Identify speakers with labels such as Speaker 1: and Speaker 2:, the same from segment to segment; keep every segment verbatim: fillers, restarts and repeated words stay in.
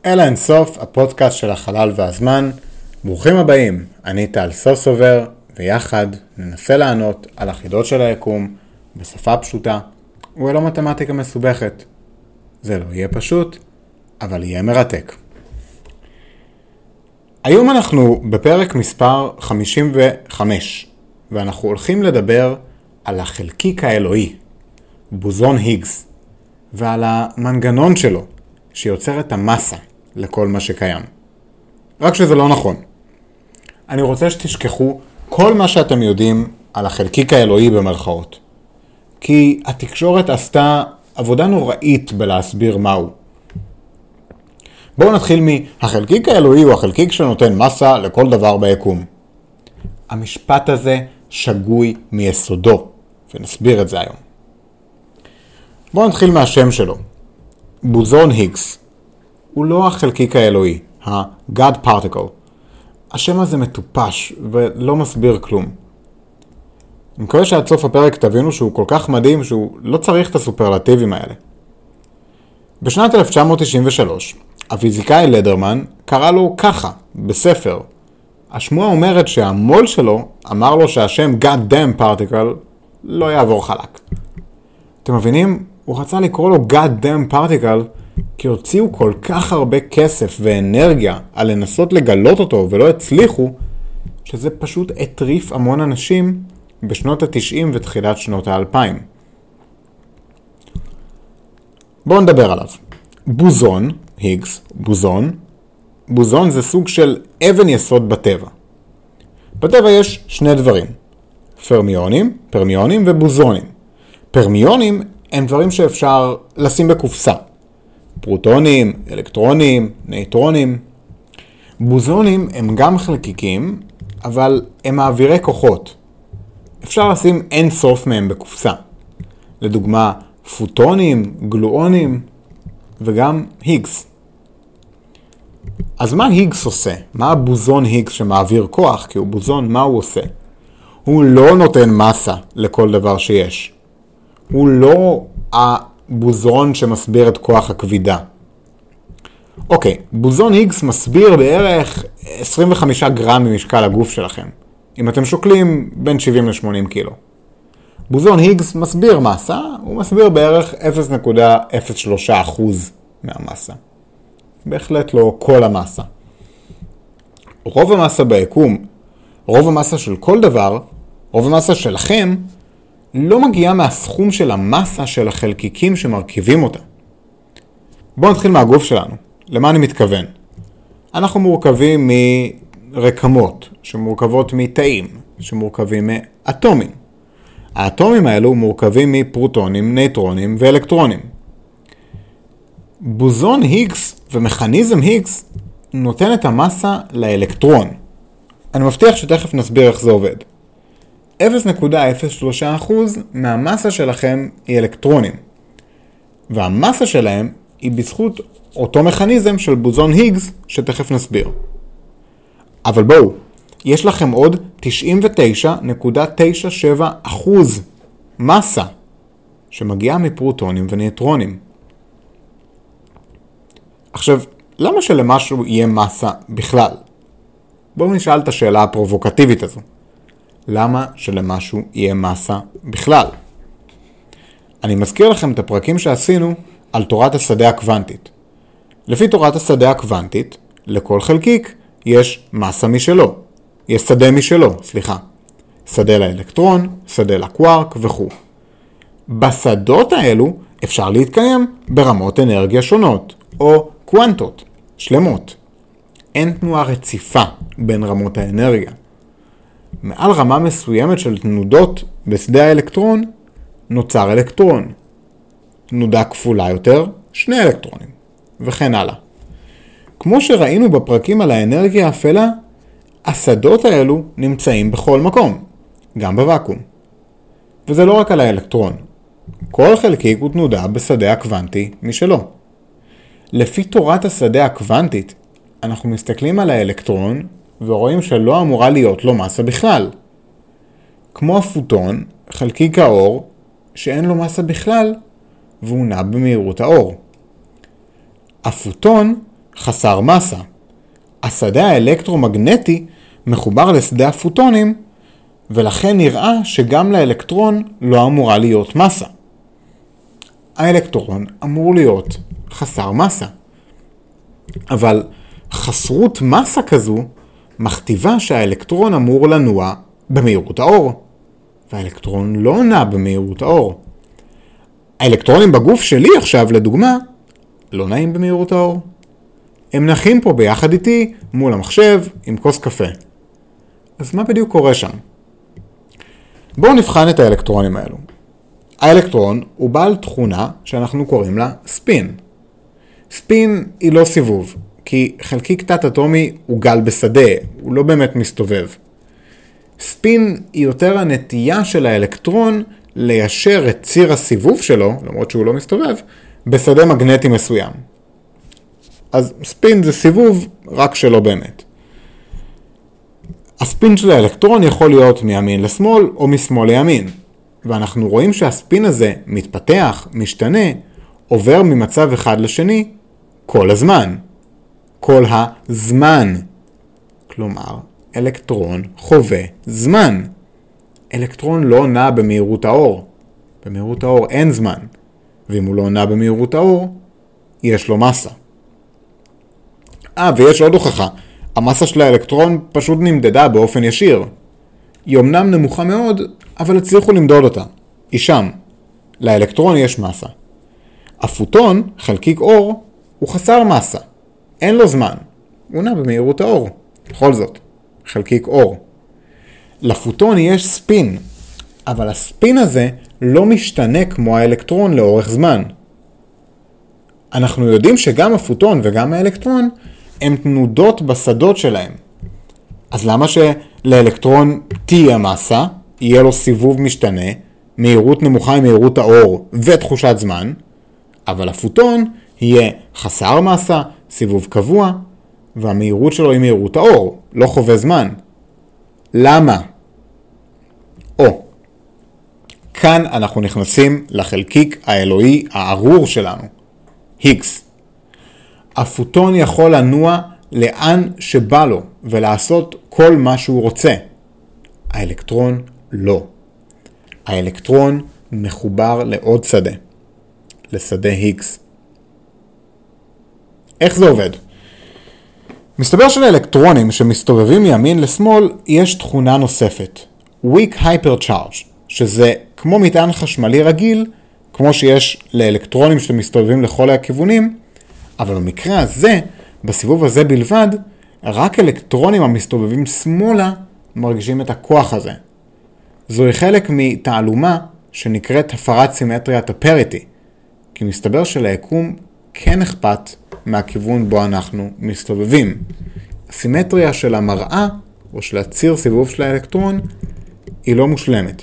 Speaker 1: אל האינסוף, הפודקאסט של החלל והזמן. ברוכים הבאים, אני טל סוסובר, ויחד ננסה לענות על החידות של היקום בשפה פשוטה ולא מתמטיקה מסובכת. זה לא יהיה פשוט, אבל יהיה מרתק. היום אנחנו בפרק מספר חמישים וחמש, ואנחנו הולכים לדבר על החלקיק האלוהי, בוזון היגס, ועל המנגנון שלו שיוצר את המסה לכל מה שקיים. רק שזה לא נכון. אני רוצה שתשכחו כל מה שאתם יודעים על החלקיק האלוהי במרכאות. כי התקשורת עשתה עבודה נוראית בלהסביר מהו. בואו נתחיל מהחלקיק האלוהי הוא החלקיק שנותן מסה לכל דבר ביקום. המשפט הזה שגוי מיסודו, ונסביר את זה היום. בואו נתחיל מהשם שלו. בוזון היגס. הוא לא החלקיק האלוהי, ה-God particle. השם הזה מטופש ולא מסביר כלום. אני מקווה שעד סוף הפרק תבינו שהוא כל כך מדהים שהוא לא צריך את הסופרלטיבים האלה. בשנת אלף תשע מאות תשעים ושלוש, הפיזיקאי לדרמן קרא לו ככה, בספר. השמועה אומרת שהמול שלו אמר לו שהשם God damn particle לא יעבור חלק. אתם מבינים? הוא רצה לקרוא לו God damn particle כי הוציאו כל כך הרבה כסף ואנרגיה על לנסות לגלות אותו ולא הצליחו, שזה פשוט הטריף המון אנשים בשנות ה-תשעים ותחילת שנות ה-אלפיים. בואו נדבר עליו. בוזון, היגס, בוזון. בוזון זה סוג של אבן יסוד בטבע. בטבע יש שני דברים. פרמיונים, פרמיונים ובוזונים. פרמיונים הם דברים שאפשר לשים בקופסה. פרוטונים, אלקטרונים, נייטרונים. בוזונים הם גם חלקיקים, אבל הם מעבירי כוחות. אפשר לשים אין סוף מהם בקופסה. לדוגמה, פוטונים, גלואונים וגם היגס. אז מה היגס עושה? מה הבוזון היגס שמעביר כוח? כי הוא בוזון, מה הוא עושה? הוא לא נותן מסה לכל דבר שיש. הוא לא הבוזון שמסביר את כוח הכבידה. אוקיי, בוזון היגס מסביר בערך עשרים וחמישה גרם ממשקל הגוף שלכם. אם אתם שוקלים בין שבעים ל-שמונים קילו. בוזון היגס מסביר מסה, הוא מסביר בערך אפס נקודה אפס שלוש אחוז מהמסה. בהחלט לא כל המסה. רוב המסה ביקום, רוב המסה של כל דבר, רוב המסה שלכם, לא מגיעה מהסכום של המסה של החלקיקים שמרכיבים אותה. בואו נתחיל מהגוף שלנו. למה אני מתכוון? אנחנו מורכבים מרקמות, שמורכבות מתאים, שמורכבים מאטומים. האטומים האלו מורכבים מפרוטונים, נייטרונים ואלקטרונים. בוזון היגס ומכניזם היגס נותן את המסה לאלקטרון. אני מבטיח שתכף נסביר איך זה עובד. אפס נקודה אפס שלוש אחוז מהמסה שלכם היא אלקטרונים. והמסה שלהם היא בזכות אותו מכניזם של בוזון היגס שתכף נסביר. אבל בואו, יש לכם עוד תשעים ותשע נקודה תשע שבע אחוז מסה שמגיעה מפרוטונים ונייטרונים. עכשיו, למה שלמשהו יהיה מסה בכלל? בואו נשאל את השאלה הפרובוקטיבית הזו. למה שלמשהו יהיה מסה בכלל? אני מזכיר לכם את הפרקים שעשינו על תורת השדה הקוונטית. לפי תורת השדה הקוונטית, לכל חלקיק יש מסה משלו. יש שדה משלו, סליחה. שדה לאלקטרון, שדה לקווארק וכו'. בשדות האלו אפשר להתקיים ברמות אנרגיה שונות, או קוונטות, שלמות. אין תנועה רציפה בין רמות האנרגיה. מעל רמה מסוימת של תנודות בשדה האלקטרון, נוצר אלקטרון. תנודה כפולה יותר, שני אלקטרונים, וכן הלאה. כמו שראינו בפרקים על האנרגיה האפלה, השדות האלו נמצאים בכל מקום, גם בוואקום. וזה לא רק על האלקטרון. כל חלקיק הוא תנודה בשדה הקוונטי משלו. לפי תורת השדה הקוונטית, אנחנו מסתכלים על האלקטרון ורואים שלא אמורה להיות לו מסה בכלל. כמו הפוטון, חלקיק האור, שאין לו מסה בכלל, והוא נע במהירות האור. הפוטון חסר מסה. השדה האלקטרומגנטי מחובר לשדה הפוטונים, ולכן נראה שגם לאלקטרון לא אמורה להיות מסה. האלקטרון אמור להיות חסר מסה. אבל חסרות מסה כזו מכתיבה שהאלקטרון אמור לנוע במהירות האור, והאלקטרון לא נע במהירות האור. האלקטרונים בגוף שלי עכשיו, לדוגמה, לא נעים במהירות האור. הם נחים פה ביחד איתי מול המחשב עם כוס קפה. אז מה בדיוק קורה שם? בואו נבחן את האלקטרונים האלו. האלקטרון הוא בעל תכונה שאנחנו קוראים לה ספין. ספין היא לא סיבוב, כי חלקיק תת-אטומי הוא גל בשדה, הוא לא באמת מסתובב. ספין היא יותר הנטייה של האלקטרון ליישר את ציר הסיבוב שלו, למרות שהוא לא מסתובב, בשדה מגנטי מסוים. אז ספין זה סיבוב, רק שלא באמת. הספין של האלקטרון יכול להיות מימין לשמאל או משמאל לימין. ואנחנו רואים שהספין הזה מתפתח, משתנה, עובר ממצב אחד לשני כל הזמן. כל הזמן. כלומר, אלקטרון חווה זמן. אלקטרון לא נע במהירות האור. במהירות האור אין זמן. ואם הוא לא נע במהירות האור, יש לו מסה. אה, ויש עוד הוכחה. המסה של האלקטרון פשוט נמדדה באופן ישיר. היא אמנם נמוכה מאוד, אבל הצליחו למדוד אותה. היא שם. לאלקטרון יש מסה. הפוטון, חלקיק אור, הוא חסר מסה. אין לו זמן. הוא נע במהירות האור. בכל זאת, חלקיק אור. לפוטון יש ספין, אבל הספין הזה לא משתנה כמו האלקטרון לאורך זמן. אנחנו יודעים שגם הפוטון וגם האלקטרון הם תנודות בשדות שלהם. אז למה שלאלקטרון תהיה מסה, יהיה לו סיבוב משתנה, מהירות נמוכה ממהירות האור ותחושת זמן, אבל הפוטון יהיה חסר מסה, סיבוב קבוע, והמהירות שלו היא מהירות האור, לא חווה זמן. למה? או, כאן אנחנו נכנסים לחלקיק האלוהי הארור שלנו, היגס. הפוטון יכול לנוע לאן שבא לו ולעשות כל מה שהוא רוצה. האלקטרון לא. האלקטרון מחובר לעוד שדה, לשדה היגס. איך זה עובד? מסתבר שלאלקטרונים שמסתובבים מימין לשמאל יש תכונה נוספת, weak hypercharge, שזה כמו מטען חשמלי רגיל, כמו שיש לאלקטרונים שמסתובבים לכל הכיוונים, אבל במקרה הזה, בסיבוב הזה בלבד, רק אלקטרונים המסתובבים שמאלה מרגישים את הכוח הזה. זוהי חלק מתעלומה שנקראת הפרת סימטריית הפריטי, כי מסתבר שליקום כן אכפת מהכיוון בו אנחנו מסתובבים. הסימטריה של המראה או של הציר סיבוב של האלקטרון היא לא מושלמת.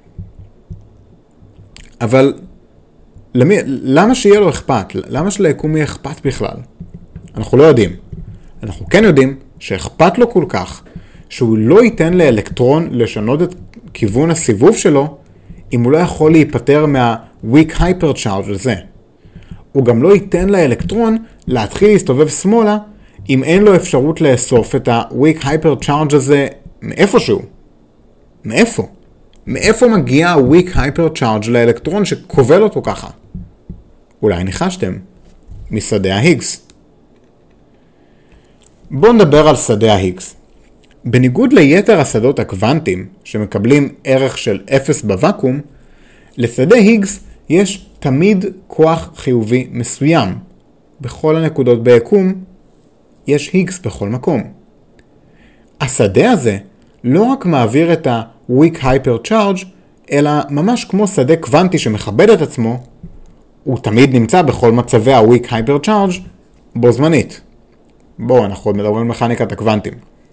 Speaker 1: אבל למי, למה שיהיה לו אכפת? למה שליקום יהיה אכפת בכלל? אנחנו לא יודעים. אנחנו כן יודעים שאכפת לו כל כך שהוא לא ייתן לאלקטרון לשנות את כיוון הסיבוב שלו אם הוא לא יכול להיפטר מה-weak hypercharge הזה. הוא גם לא ייתן לאלקטרון להתחיל להסתובב שמאלה אם אין לו אפשרות לאסוף את ה-weak hypercharge הזה מאיפשהו. מאיפה? מאיפה מגיע ה-weak hypercharge לאלקטרון שכובל אותו ככה? אולי ניחשתם. משדה ההיגס. בואו נדבר על שדה ההיגס. בניגוד ליתר השדות הקוונטיים שמקבלים ערך של אפס בוואקום, לשדה היגס יש תמיד כוח חיובי מסוים. בכל הנקודות ביקום יש היגס בכל מקום. השדה הזה לא רק מעביר את ה-weak hypercharge, אלא ממש כמו שדה קוונטי שמכבד את עצמו, הוא תמיד נמצא בכל מצבי ה-weak hypercharge בו זמנית. בואו, אנחנו עוד מדברים על מכניקת הקוונטים.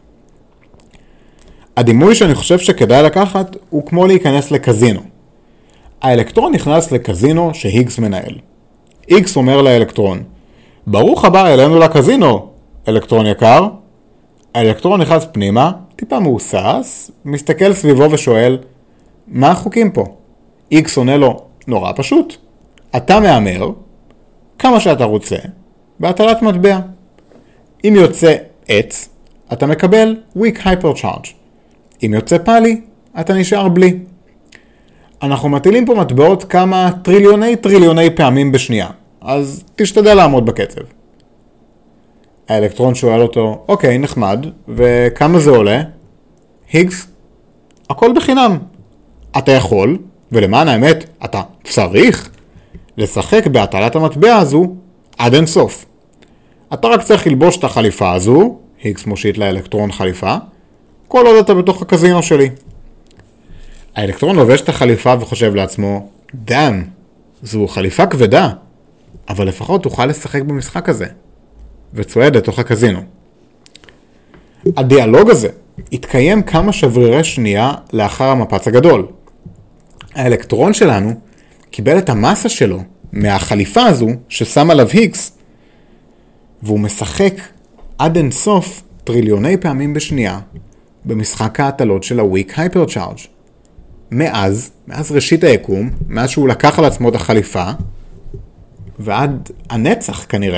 Speaker 1: הדימוי שאני חושב שכדאי לקחת הוא כמו להיכנס לקזינו. האלקטרון נכנס לקזינו שהיגס מנהל. היגס אומר לאלקטרון, ברוך הבא אלינו לקזינו, אלקטרון יקר. האלקטרון נכנס פנימה, טיפה מאוסס, מסתכל סביבו ושואל, מה החוקים פה? היגס עונה לו, נורא פשוט. אתה מאמר, כמה שאתה רוצה, בהטלת מטבע. אם יוצא עץ, אתה מקבל weak hypercharge. אם יוצא פאלי, אתה נשאר בלי. אנחנו מטילים פה מטבעות כמה טריליוני טריליוני פעמים בשנייה, אז תשתדל לעמוד בקצב. האלקטרון שואל אותו, אוקיי, נחמד, וכמה זה עולה? היגס, הכל בחינם. אתה יכול, ולמען האמת, אתה צריך, לשחק בהטלת המטבע הזו עד אין סוף. אתה רק צריך ללבוש את החליפה הזו, היגס מושיט לאלקטרון חליפה, כל עוד אתה בתוך הקזינו שלי. האלקטרון לובש את החליפה וחושב לעצמו, דאם, זו חליפה כבדה, אבל לפחות תוכל לשחק במשחק הזה, וצועד לתוך הקזינו. הדיאלוג הזה התקיים כמה שברירי שנייה לאחר המפץ הגדול. האלקטרון שלנו קיבל את המסה שלו מהחליפה הזו ששם עליו היגס, והוא משחק עד אין סוף טריליוני פעמים בשנייה במשחק ההטלות של ה-Weak Hypercharge. מאז, מאז ראשית היקום, מאז שהוא לקח על עצמו את החליפה, ועד הנצח כנראה.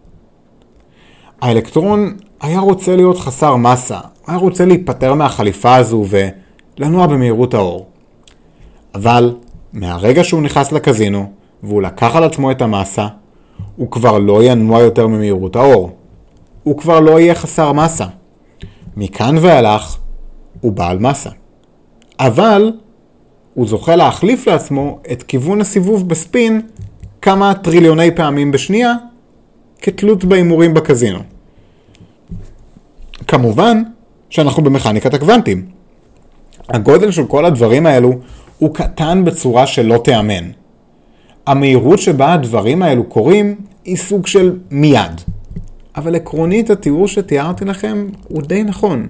Speaker 1: האלקטרון היה רוצה להיות חסר מסה, היה רוצה להיפטר מהחליפה הזו ולנוע במהירות האור. אבל מהרגע שהוא נכנס לקזינו והוא לקח על עצמו את המסה, הוא כבר לא ינוע יותר ממהירות האור. הוא כבר לא יהיה חסר מסה. מכאן ואילך הוא בעל מסה. אבל הוא זוכה להחליף לעצמו את כיוון הסיבוב בספין כמה טריליוני פעמים בשנייה, כתלות באימורים בקזינו. כמובן שאנחנו במכניקת הקוונטים. הגודל של כל הדברים האלו הוא קטן בצורה שלא תאמן. המהירות שבה הדברים האלו קורים היא סוג של מיד. אבל עקרונית התיאור שתיארתי לכם הוא די נכון.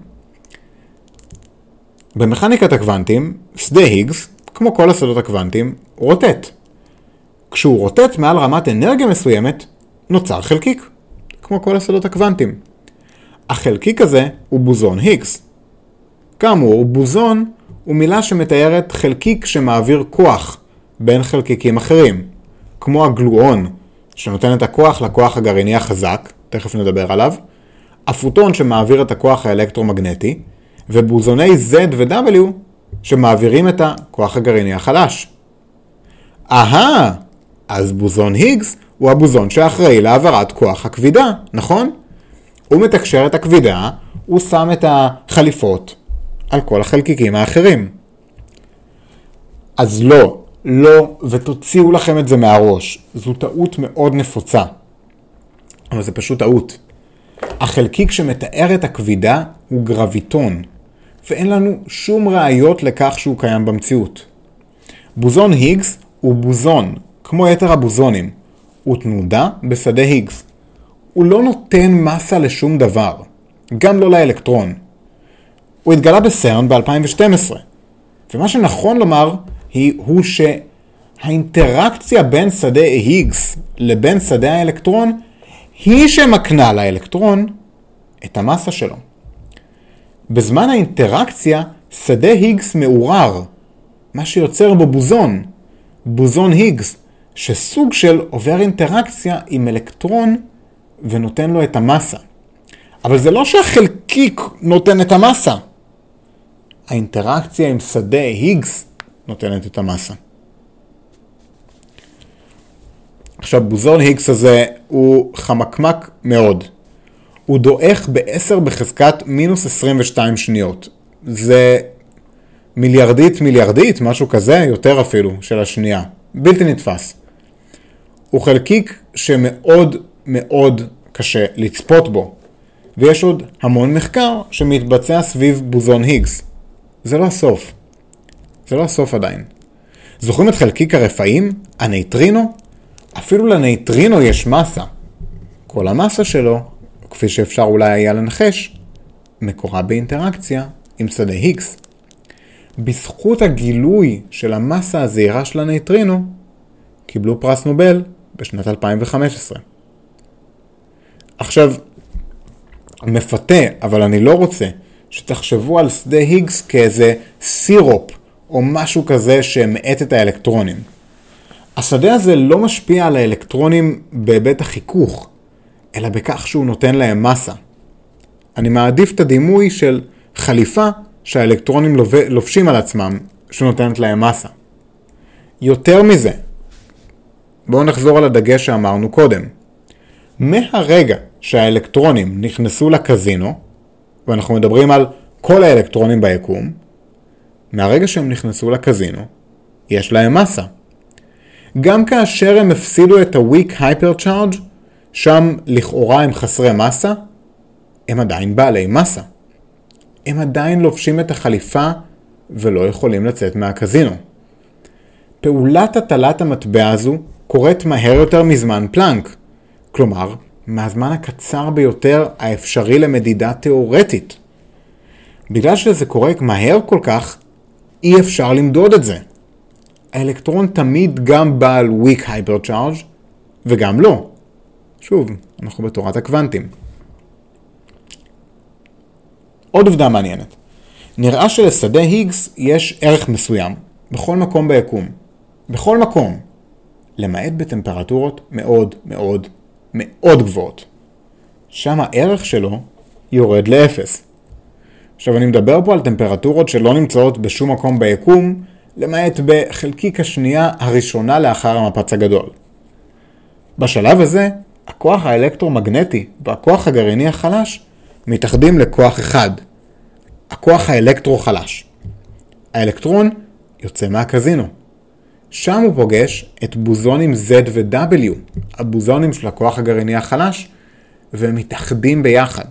Speaker 1: במכניקת הקוונטים, שדה היגס, כמו כל השדות הקוונטים, רוטט. כשהוא רוטט מעל רמת אנרגיה מסוימת, נוצר חלקיק, כמו כל השדות הקוונטים. החלקיק הזה הוא בוזון היגס. כאמור, בוזון הוא מילה שמתארת חלקיק שמעביר כוח בין חלקיקים אחרים, כמו הגלואון, שנותן את הכוח לכוח הגרעיני החזק, תכף נדבר עליו, הפוטון שמעביר את הכוח האלקטרומגנטי, ובוזוני Z ו-W שמעבירים את הכוח הגרעיני החלש. אהה, אז בוזון היגס הוא הבוזון שאחראי להעברת כוח הכבידה, נכון? הוא מתקשר את הכבידה, הוא שם את החליפות על כל החלקיקים האחרים. אז לא, לא, ותוציאו לכם את זה מהראש. זו טעות מאוד נפוצה. אבל זה פשוט טעות. החלקיק שמתאר את הכבידה הוא גרביטון, ואין לנו שום ראיות לכך שהוא קיים במציאות. בוזון היגס הוא בוזון, כמו יתר הבוזונים. הוא תנודה בשדה היגס. הוא לא נותן מסה לשום דבר, גם לא לאלקטרון. הוא התגלה בסרן ב-אלפיים ושתים עשרה, ומה שנכון לומר היא, הוא שהאינטראקציה בין שדה היגס לבין שדה האלקטרון היא שמקנה לאלקטרון את המסה שלו. בזמן האינטראקציה שדה היגס מעורר, מה שיוצר בו בוזון, בוזון היגס, שסוג של עובר אינטראקציה עם אלקטרון ונותן לו את המסה. אבל זה לא שהחלקיק נותן את המסה. האינטראקציה עם שדה היגס נותנת את המסה. עכשיו, בוזון היגס הזה הוא חמקמק מאוד. הוא דועך ב-עשר בחזקת מינוס עשרים ושתיים שניות. זה מיליארדית מיליארדית, משהו כזה, יותר אפילו, של השנייה. בלתי נתפס. הוא חלקיק שמאוד מאוד קשה לצפות בו. ויש עוד המון מחקר שמתבצע סביב בוזון היגס. זה לא הסוף. זה לא הסוף עדיין. זוכרים את חלקיק הרפאים? הנייטרינו? אפילו לנייטרינו יש מסה. כל המסה שלו, כפי שאפשר אולי היה לנחש, מקורה באינטראקציה עם שדה היגס. בזכות הגילוי של המסה הזעירה של הנייטרינו, קיבלו פרס נובל בשנת אלפיים וחמש עשרה. עכשיו, מפתה, אבל אני לא רוצה שתחשבו על שדה היגס כאיזה סירופ או משהו כזה שמעט את האלקטרונים. השדה הזה לא משפיע על האלקטרונים בהיבט החיכוך, אלא בכך שהוא נותן להם מסה. אני מעדיף את הדימוי של חליפה שהאלקטרונים לובשים על עצמם, שנותנת להם מסה. יותר מזה, בואו נחזור על הדגש שאמרנו קודם. מהרגע שהאלקטרונים נכנסו לקזינו, ואנחנו מדברים על כל האלקטרונים ביקום, מהרגע שהם נכנסו לקזינו, יש להם מסה. גם כאשר הם הפסידו את ה-weak hypercharge, שם לכאורה הם חסרי מסה, הם עדיין בעלי מסה. הם עדיין לובשים את החליפה ולא יכולים לצאת מהקזינו. פעולת הטלת המטבע הזו קורית מהר יותר מזמן פלנק, כלומר, מהזמן הקצר ביותר האפשרי למדידה תיאורטית. בגלל שזה קורה מהר כל כך, אי אפשר למדוד את זה. האלקטרון תמיד גם בעל weak hypercharge וגם לא. שוב, אנחנו בתורת הקוונטים. עוד עובדה מעניינת. נראה שלשדה היגס יש ערך מסוים, בכל מקום ביקום. בכל מקום. למעט בטמפרטורות מאוד מאוד מאוד גבוהות. שם הערך שלו יורד לאפס. עכשיו אני מדבר פה על טמפרטורות שלא נמצאות בשום מקום ביקום, למעט בחלקיק השנייה הראשונה לאחר המפץ הגדול. בשלב הזה, הכוח האלקטרומגנטי והכוח הגרעיני החלש מתאחדים לכוח אחד, הכוח האלקטרו-חלש. האלקטרון יוצא מהקזינו. שם הוא פוגש את בוזונים Z ו-W, הבוזונים של הכוח הגרעיני החלש, והם מתאחדים ביחד.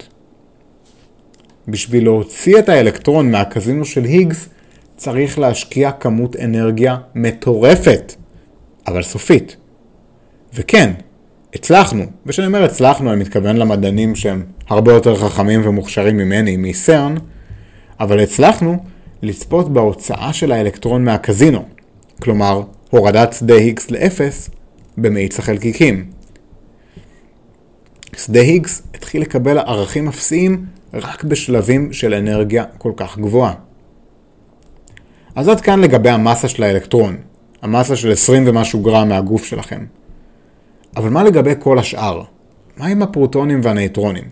Speaker 1: בשביל להוציא את האלקטרון מהקזינו של היגס, צריך להשקיע כמות אנרגיה מטורפת, אבל סופית. וכן, הצלחנו, ושאני אומר הצלחנו, אני מתכוון למדענים שהם הרבה יותר חכמים ומוכשרים ממני, מסרן, אבל הצלחנו לצפות בהוצאה של האלקטרון מהקזינו, כלומר, הורדת שדה היגס לאפס במאיץ החלקיקים. שדה היגס התחיל לקבל ערכים אפסיים רק בשלבים של אנרגיה כל כך גבוהה. אז עד כאן לגבי המסה של האלקטרון, המסה של עשרים ומשהו גרם מהגוף שלכם. אבל מה לגבי כל השאר? מה עם הפרוטונים והנייטרונים?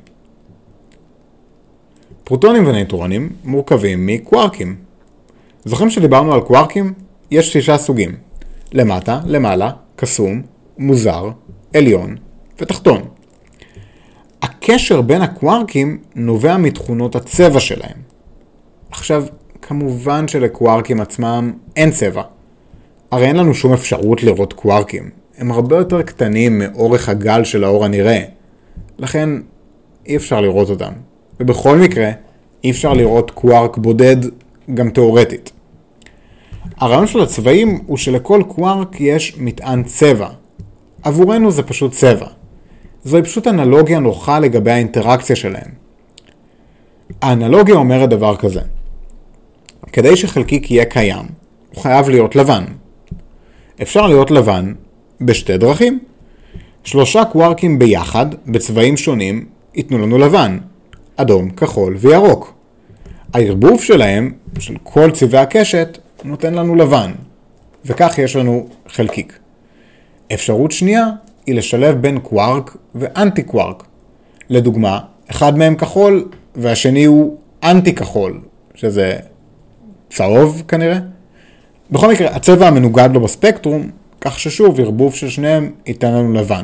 Speaker 1: פרוטונים ונייטרונים מורכבים מקווארקים. זוכרים שדיברנו על קווארקים? יש שישה סוגים. למטה, למעלה, קסום, מוזר, עליון ותחתון. הקשר בין הקווארקים נובע מתכונות הצבע שלהם. עכשיו, כמובן שלקווארקים עצמם אין צבע. הרי אין לנו שום אפשרות לראות קווארקים. הם הרבה יותר קטנים מאורך הגל של האור הנראה. לכן אי אפשר לראות אותם. ובכל מקרה, אי אפשר לראות קווארק בודד גם תיאורטית. הרעיון של הצבעים הוא שלכל קווארק יש מטען צבע. עבורנו זה פשוט צבע. זוהי פשוט אנלוגיה נוחה לגבי האינטראקציה שלהם. האנלוגיה אומרת דבר כזה. כדי שחלקיק יהיה קיים, הוא חייב להיות לבן. אפשר להיות לבן בשתי דרכים. שלושה קווארקים ביחד, בצבעים שונים, ייתנו לנו לבן. אדום, כחול וירוק. הערבוב שלהם, של כל צבעי הקשת, נותן לנו לבן. וכך יש לנו חלקיק. אפשרות שנייה היא לשלב בין קווארק ואנטי קווארק. לדוגמה, אחד מהם כחול והשני הוא אנטי כחול, שזה צהוב כנראה. בכל מקרה, הצבע המנוגד לו בספקטרום, כך ששוב ערבוב של שניהם ייתן לנו לבן.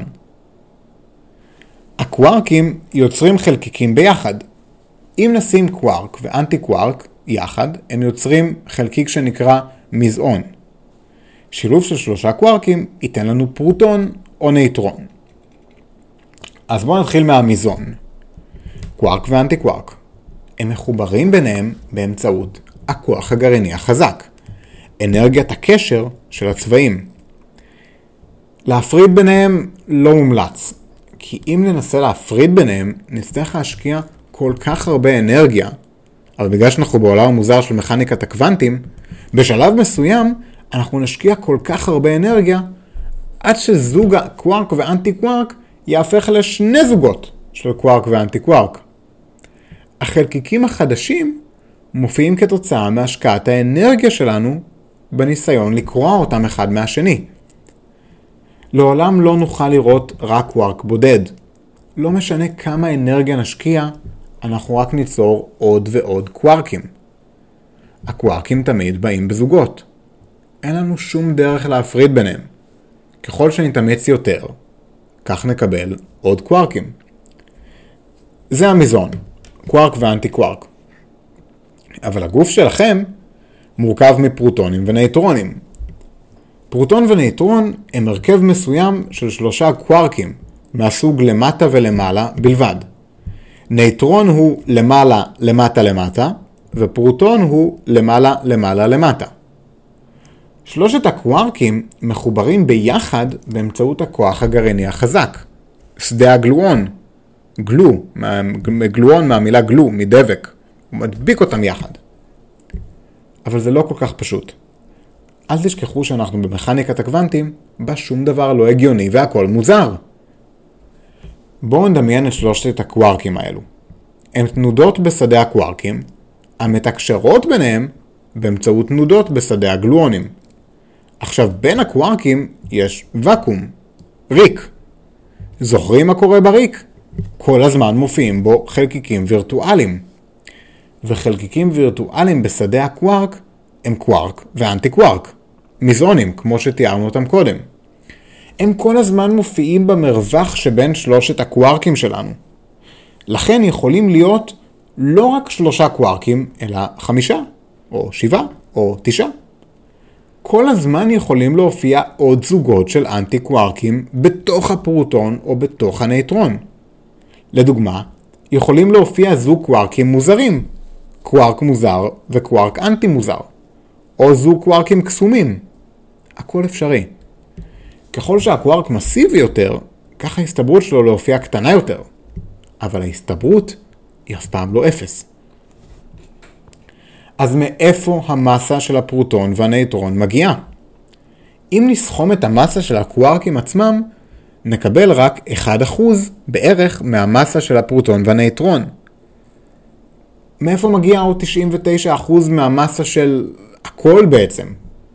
Speaker 1: הקווארקים יוצרים חלקיקים ביחד. אם נשים קווארק ואנטי קווארק יחד, הם יוצרים חלקיק שנקרא מזעון. שילוב של שלושה קווארקים ייתן לנו פרוטון או נייטרון. אז בואו נתחיל מהמזעון. קווארק ואנטי קווארק. הם מחוברים ביניהם באמצעות הכוח הגרעיני החזק, אנרגיית הקשר של הצבעים. להפריד ביניהם לא מומלץ, כי אם ננסה להפריד ביניהם, נצטרך להשקיע כל כך הרבה אנרגיה, אבל בגלל שאנחנו בעולם המוזר של מכניקת הקוונטים, בשלב מסוים אנחנו נשקיע כל כך הרבה אנרגיה, עד שזוג הקווארק ואנטי קווארק יהפך לשני זוגות של קווארק ואנטי קווארק. החלקיקים החדשים מופיעים כתוצאה מהשקעת האנרגיה שלנו בניסיון לקרוע אותם אחד מהשני. לעולם לא נוכל לראות רק קווארק בודד. לא משנה כמה אנרגיה נשקיע, אנחנו רק ניצור עוד ועוד קווארקים. הקווארקים תמיד באים בזוגות. אין לנו שום דרך להפריד ביניהם. ככל שנתאמץ יותר, כך נקבל עוד קווארקים. זה המזון, קווארק ואנטי קווארק. אבל הגוף שלכם מורכב מפרוטונים ונייטרונים. פרוטון ונייטרון הם הרכב מסוים של שלושה קווארקים, מהסוג למטה ולמעלה בלבד. נייטרון הוא למעלה למטה למטה, ופרוטון הוא למעלה למעלה למטה. שלושת הקווארקים מחוברים ביחד באמצעות הכוח הגרעיני החזק. שדה הגלואון, גלו, גלואון מהמילה גלו, מדבק, הוא מדביק אותם יחד. אבל זה לא כל כך פשוט. אל תשכחו שאנחנו במכניקת הקוונטים, בה שום דבר לא הגיוני והכל מוזר. בואו נדמיין את שלושת הקווארקים האלו. הם תנודות בשדה הקווארקים, המתקשרות ביניהם באמצעות תנודות בשדה הגלואונים. עכשיו בין הקווארקים יש וקום, ריק. זוכרים מה קורה בריק? כל הזמן מופיעים בו חלקיקים וירטואליים. וחלקיקים וירטואליים בשדה הקווארק הם קווארק ואנטי קווארק. מזונים, כמו שתיארנו אותם קודם. הם כל הזמן מופיעים במרווח שבין שלושת הקווארקים שלנו. לכן יכולים להיות לא רק שלושה קווארקים, אלא חמישה, או שבעה, או תשעה. כל הזמן יכולים להופיע עוד זוגות של אנטי קווארקים בתוך הפרוטון או בתוך הנייטרון. לדוגמה, יכולים להופיע זוג קווארקים מוזרים, קווארק מוזר וקווארק אנטי מוזר, או זוג קווארקים קסומים. הכל אפשרי. ככל שהקווארק מסיבי יותר, כך ההסתברות שלו להופיע קטנה יותר. אבל ההסתברות היא אף פעם לא אפס. אז מאיפה המסה של הפרוטון והנייטרון מגיעה? אם נסכום את המסה של הקווארקים עצמם, נקבל רק אחד אחוז בערך מהמסה של הפרוטון והנייטרון. מאיפה מגיע עוד תשעים ותשעה אחוז מהמסה של הכל בעצם?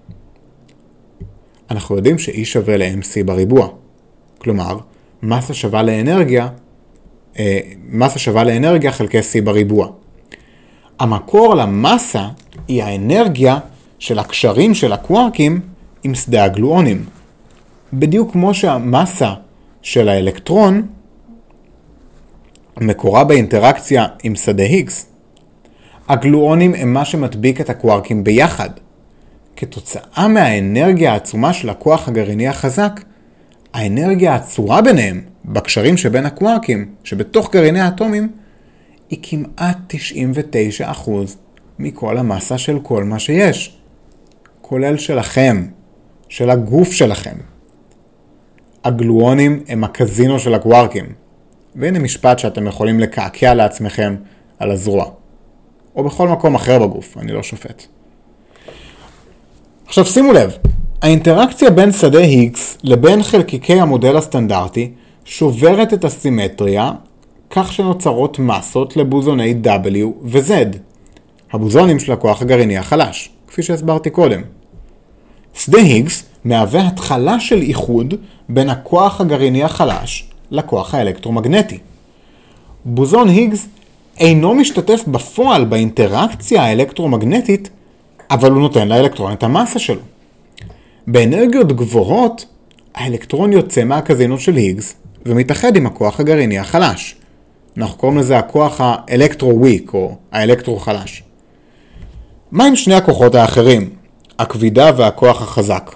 Speaker 1: אנחנו יודעים ש-E שווה ל-אם סי בריבוע. כלומר, מסה שווה לאנרגיה, אה, מסה שווה לאנרגיה חלקי C בריבוע. המקור למסה היא האנרגיה של הקשרים של הקווארקים עם שדה הגלואונים. בדיוק כמו שהמסה של האלקטרון מקורה באינטראקציה עם שדה היגס. הגלואונים הם מה שמדביק את הקווארקים ביחד. כתוצאה מהאנרגיה העצומה של הכוח הגרעיני החזק, האנרגיה העצורה ביניהם, בקשרים שבין הקווארקים, שבתוך גרעיני האטומים, היא כמעט תשעים ותשעה אחוז מכל המסה של כל מה שיש. כולל שלכם, של הגוף שלכם. הגלואונים הם הקזינו של הקווארקים. והנה משפט שאתם יכולים לקעקע לעצמכם על הזרוע. או בכל מקום אחר בגוף, אני לא שופט. עכשיו שימו לב, האינטראקציה בין שדה היגס לבין חלקיקי המודל הסטנדרטי שוברת את הסימטריה כך שנוצרות מסות לבוזוני W ו-Z, הבוזונים של הכוח הגרעיני החלש, כפי שהסברתי קודם. שדה היגס מהווה התחלה של איחוד בין הכוח הגרעיני החלש לכוח האלקטרומגנטי. בוזון היגס אינו משתתף בפועל באינטראקציה האלקטרומגנטית, אבל הוא נותן לאלקטרון את המסה שלו. באנרגיות גבוהות, האלקטרון יוצא מהקזינו של היגס ומתאחד עם הכוח הגרעיני החלש. אנחנו קוראים לזה הכוח האלקטרו-וויק או האלקטרו-חלש. מה עם שני הכוחות האחרים? הכבידה והכוח החזק.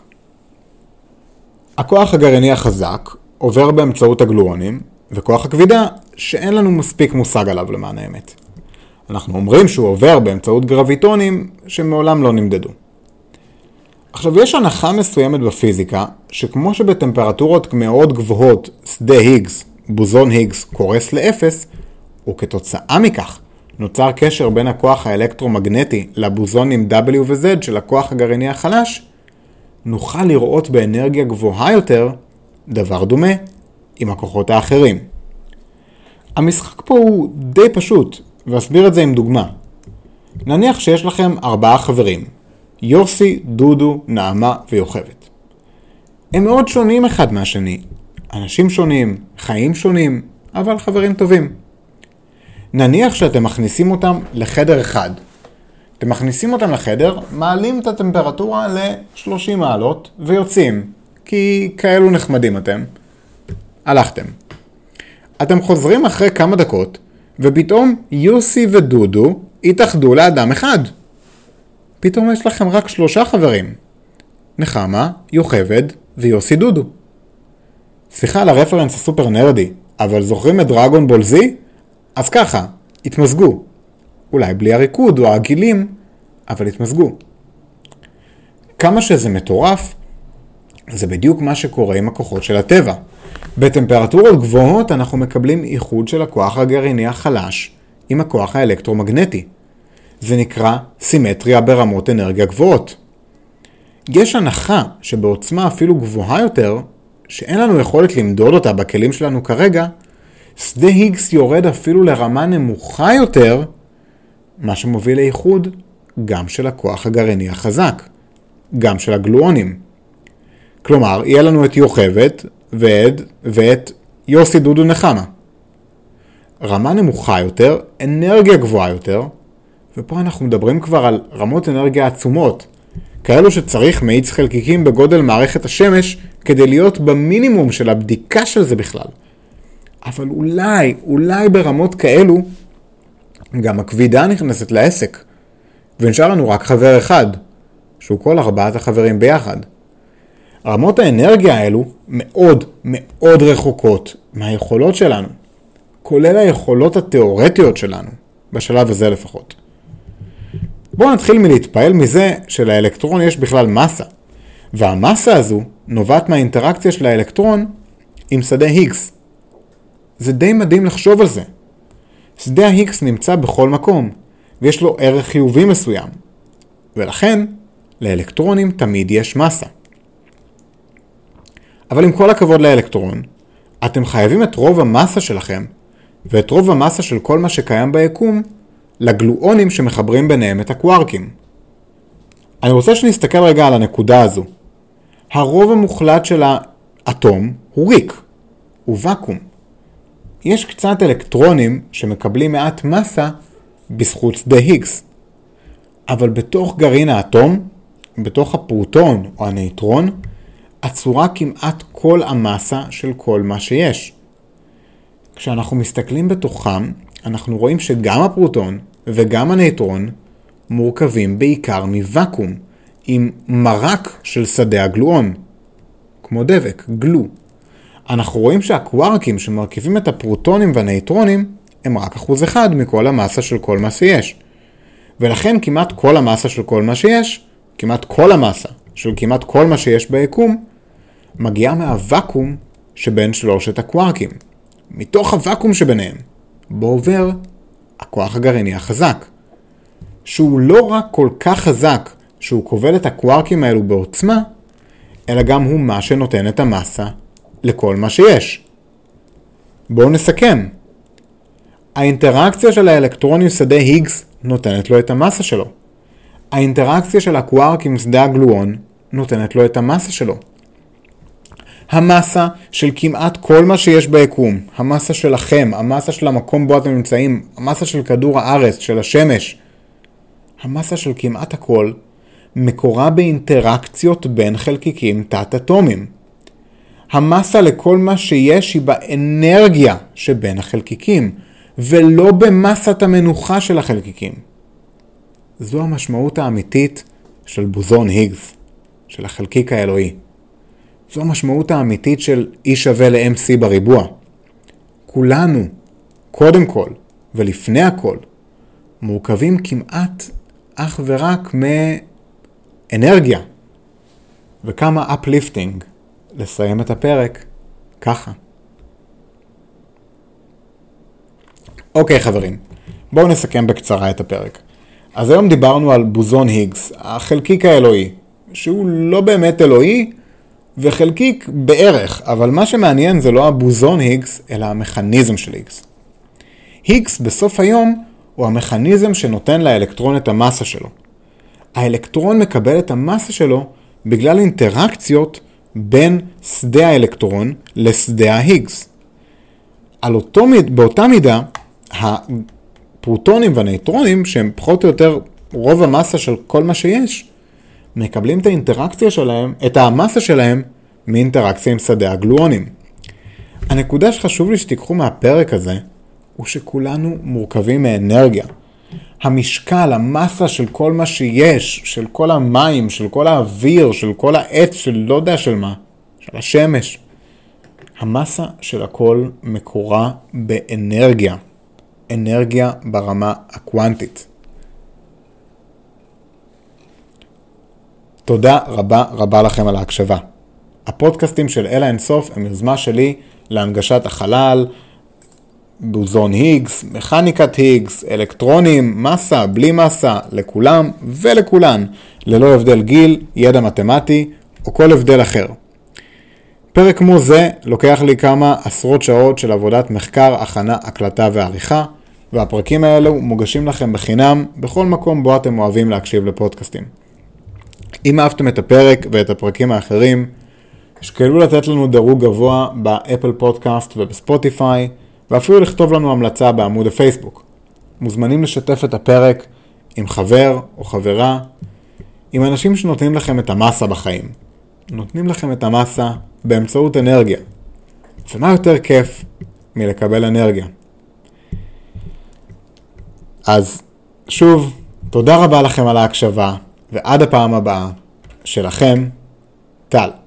Speaker 1: הכוח הגרעיני החזק עובר באמצעות הגלואונים, וכוח הכבידה שאין לנו מספיק מושג עליו למען האמת. אנחנו אומרים שהוא עובר באמצעות גרביטונים שמעולם לא נמדדו. עכשיו יש הנחה מסוימת בפיזיקה, שכמו שבטמפרטורות מאוד גבוהות שדה היגס, בוזון היגס, קורס לאפס, וכתוצאה מכך נוצר קשר בין הכוח האלקטרומגנטי לבוזונים W ו-Z של הכוח הגרעיני החלש, נוכל לראות באנרגיה גבוהה יותר דבר דומה עם הכוחות האחרים. המשחק פה הוא די פשוט, ואסביר את זה עם דוגמה. נניח שיש לכם ארבעה חברים, יוסי, דודו, נעמה ויוכבת. הם מאוד שונים אחד מהשני. אנשים שונים, חיים שונים, אבל חברים טובים. נניח שאתם מכניסים אותם לחדר אחד. אתם מכניסים אותם לחדר, מעלים את הטמפרטורה ל-שלושים מעלות ויוצאים, כי כאלו נחמדים אתם. הלכתם. אתם חוזרים אחרי כמה דקות, ופתאום יוסי ודודו התאחדו לאדם אחד. פתאום יש לכם רק שלושה חברים. נחמה, יוכבד ויוסי דודו. סליחה על הרפרנס הסופר נרדי, אבל זוכרים את דרגון בול זי? אז ככה, התמזגו. אולי בלי הריקוד או הגילים, אבל התמזגו. כמה שזה מטורף, זה בדיוק מה שקורה עם הכוחות של הטבע. בטמפרטורות גבוהות אנחנו מקבלים איחוד של הכוח הגרעיני החלש עם הכוח האלקטרומגנטי. זה נקרא סימטריה ברמות אנרגיה גבוהות. יש הנחה שבעוצמה אפילו גבוהה יותר, שאין לנו יכולת למדוד אותה בכלים שלנו כרגע, שדה היגס יורד אפילו לרמה נמוכה יותר, מה שמוביל לאיחוד גם של הכוח הגרעיני החזק, גם של הגלואונים. כלומר, יהיה לנו את יוכבד ועד ואת יוסי דודו נחמה. רמה נמוכה יותר, אנרגיה גבוהה יותר, ופה אנחנו מדברים כבר על רמות אנרגיה עצומות, כאלו שצריך מאיץ חלקיקים בגודל מערכת השמש כדי להיות במינימום של הבדיקה של זה בכלל. אבל אולי, אולי ברמות כאלו, גם הכבידה נכנסת לעסק, ונשאר לנו רק חבר אחד, שהוא כל ארבעת החברים ביחד. רמות האנרגיה האלו מאוד מאוד רחוקות מהיכולות שלנו, כולל היכולות התיאורטיות שלנו, בשלב הזה לפחות. בואו נתחיל מלהתפעל מזה שלאלקטרון יש בכלל מסה, והמסה הזו נובעת מהאינטראקציה של האלקטרון עם שדה היגס. זה די מדהים לחשוב על זה. שדה ההיגס נמצא בכל מקום, ויש לו ערך חיובי מסוים, ולכן לאלקטרונים תמיד יש מסה. אבל עם כל הכבוד לאלקטרון, אתם חייבים את רוב המסה שלכם, ואת רוב המסה של כל מה שקיים ביקום, לגלואונים שמחברים ביניהם את הקווארקים. אני רוצה שנסתכל רגע על הנקודה הזו. הרוב המוחלט של האטום הוא ריק, הוא וקום. יש קצת אלקטרונים שמקבלים מעט מסה בזכות שדה היגס. אבל בתוך גרעין האטום, בתוך הפרוטון או הנייטרון, עצורה כמעט כל המסה של כל מה שיש. כשאנחנו מסתכלים בתוכם, אנחנו רואים שגם הפרוטון וגם הנייטרון מורכבים בעיקר מוואקום, עם מרק של שדה הגלואון, כמו דבק, גלו. אנחנו רואים שהקווארקים שמרכיבים את הפרוטונים והנייטרונים הם רק אחוז אחד מכל המסה של כל מה שיש. ולכן כמעט כל המסה של כל מה שיש, כמעט כל המסה של כמעט כל מה שיש ביקום, מגיעה מהוואקום שבין שלושת הקווארקים. מתוך הוואקום שביניהם, בו עובר הכוח הגרעיני החזק. שהוא לא רק כל כך חזק שהוא כובל את הקווארקים האלו בעוצמה, אלא גם הוא מה שנותן את המסה לכל מה שיש. בואו נסכם. האינטראקציה של האלקטרון עם שדה היגס נותנת לו את המסה שלו. האינטראקציה של הקווארק עם שדה הגלואון נותנת לו את המסה שלו. המסה של כמעט כל מה שיש ביקום, המסה שלכם, המסה של המקום בו אתם נמצאים, המסה של כדור הארץ, של השמש, המסה של כמעט הכל, מקורה באינטראקציות בין חלקיקים תת-אטומיים. המסה לכל מה שיש היא באנרגיה שבין החלקיקים, ולא במסת המנוחה של החלקיקים. זו המשמעות האמיתית של בוזון היגס, של החלקיק האלוהי. זו המשמעות האמיתית של E שווה ל-אם סי בריבוע. כולנו, קודם כל ולפני הכל, מורכבים כמעט אך ורק מאנרגיה. וכמה אפליפטינג לסיים את הפרק ככה. אוקיי חברים, בואו נסכם בקצרה את הפרק. אז היום דיברנו על בוזון היגס, החלקיק האלוהי, שהוא לא באמת אלוהי, וחלקיק בערך, אבל מה שמעניין זה לא הבוזון היגס, אלא המכניזם של היגס. היגס בסוף היום הוא המכניזם שנותן לאלקטרון את המסה שלו. האלקטרון מקבל את המסה שלו בגלל אינטראקציות בין שדה האלקטרון לשדה ההיגס. על אותו, באותה מידה, הפרוטונים והנייטרונים, שהם פחות או יותר רוב המסה של כל מה שיש, מקבלים את האינטראקציה שלהם, את המסה שלהם, מאינטראקציה עם שדה הגלואונים. הנקודה שחשוב לי שתיקחו מהפרק הזה, הוא שכולנו מורכבים מאנרגיה. המשקל, המסה של כל מה שיש, של כל המים, של כל האוויר, של כל העץ, של לא יודע של מה, של השמש. המסה של הכל מקורה באנרגיה. אנרגיה ברמה הקוונטית. תודה רבה רבה לכם על ההקשבה. הפודקאסטים של אל האינסוף הם יוזמה שלי להנגשת החלל, בוזון היגס, מכניקת היגס, אלקטרונים, מסה, בלי מסה, לכולם ולכולן, ללא הבדל גיל, ידע מתמטי או כל הבדל אחר. פרק כמו זה לוקח לי כמה עשרות שעות של עבודת מחקר, הכנה, הקלטה ועריכה, והפרקים האלו מוגשים לכם בחינם בכל מקום בו אתם אוהבים להקשיב לפודקאסטים. אם אהבתם את הפרק ואת הפרקים האחרים, שקלו לתת לנו דירוג גבוה באפל פודקאסט ובספוטיפיי, ואפילו לכתוב לנו המלצה בעמוד הפייסבוק. מוזמנים לשתף את הפרק עם חבר או חברה, עם אנשים שנותנים לכם את המסה בחיים. נותנים לכם את המסה באמצעות אנרגיה. ומה יותר כיף מלקבל אנרגיה? אז שוב, תודה רבה לכם על ההקשבה, ועד הפעם הבאה, שלכם, טל.